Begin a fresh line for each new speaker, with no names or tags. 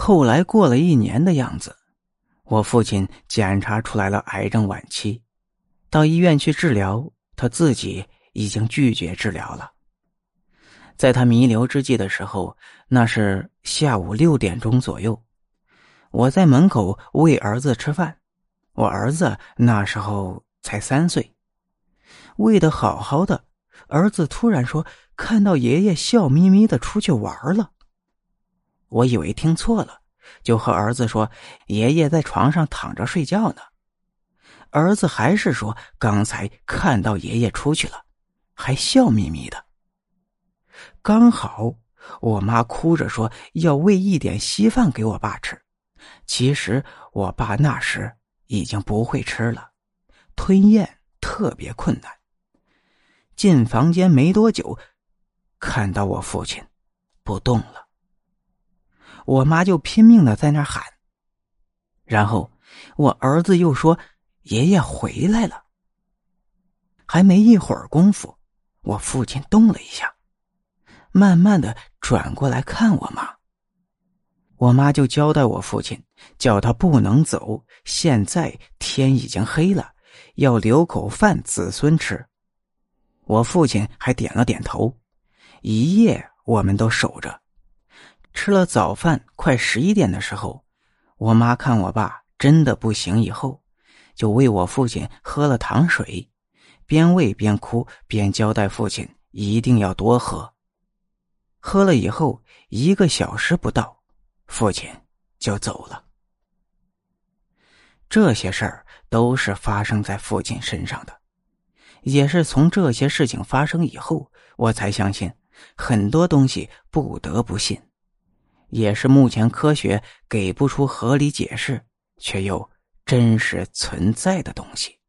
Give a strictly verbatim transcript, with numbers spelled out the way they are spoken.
后来过了一年的样子，我父亲检查出来了癌症晚期，到医院去治疗，他自己已经拒绝治疗了。在他弥留之际的时候，那是下午六点钟左右，我在门口喂儿子吃饭，我儿子那时候才三岁，喂得好好的，儿子突然说看到爷爷笑眯眯的出去玩了。我以为听错了，就和儿子说爷爷在床上躺着睡觉呢。儿子还是说刚才看到爷爷出去了，还笑眯眯的。刚好我妈哭着说要喂一点稀饭给我爸吃，其实我爸那时已经不会吃了，吞咽特别困难。进房间没多久，看到我父亲不动了，我妈就拼命的在那喊，然后我儿子又说爷爷回来了。还没一会儿功夫，我父亲动了一下，慢慢的转过来看我妈。我妈就交代我父亲，叫他不能走，现在天已经黑了，要留口饭子孙吃。我父亲还点了点头，一夜我们都守着。吃了早饭快十一点的时候，我妈看我爸真的不行以后，就喂我父亲喝了糖水，边喂边哭，边交代父亲一定要多喝。喝了以后一个小时不到，父亲就走了。这些事儿都是发生在父亲身上的，也是从这些事情发生以后，我才相信很多东西不得不信，也是目前科学给不出合理解释却又真实存在的东西。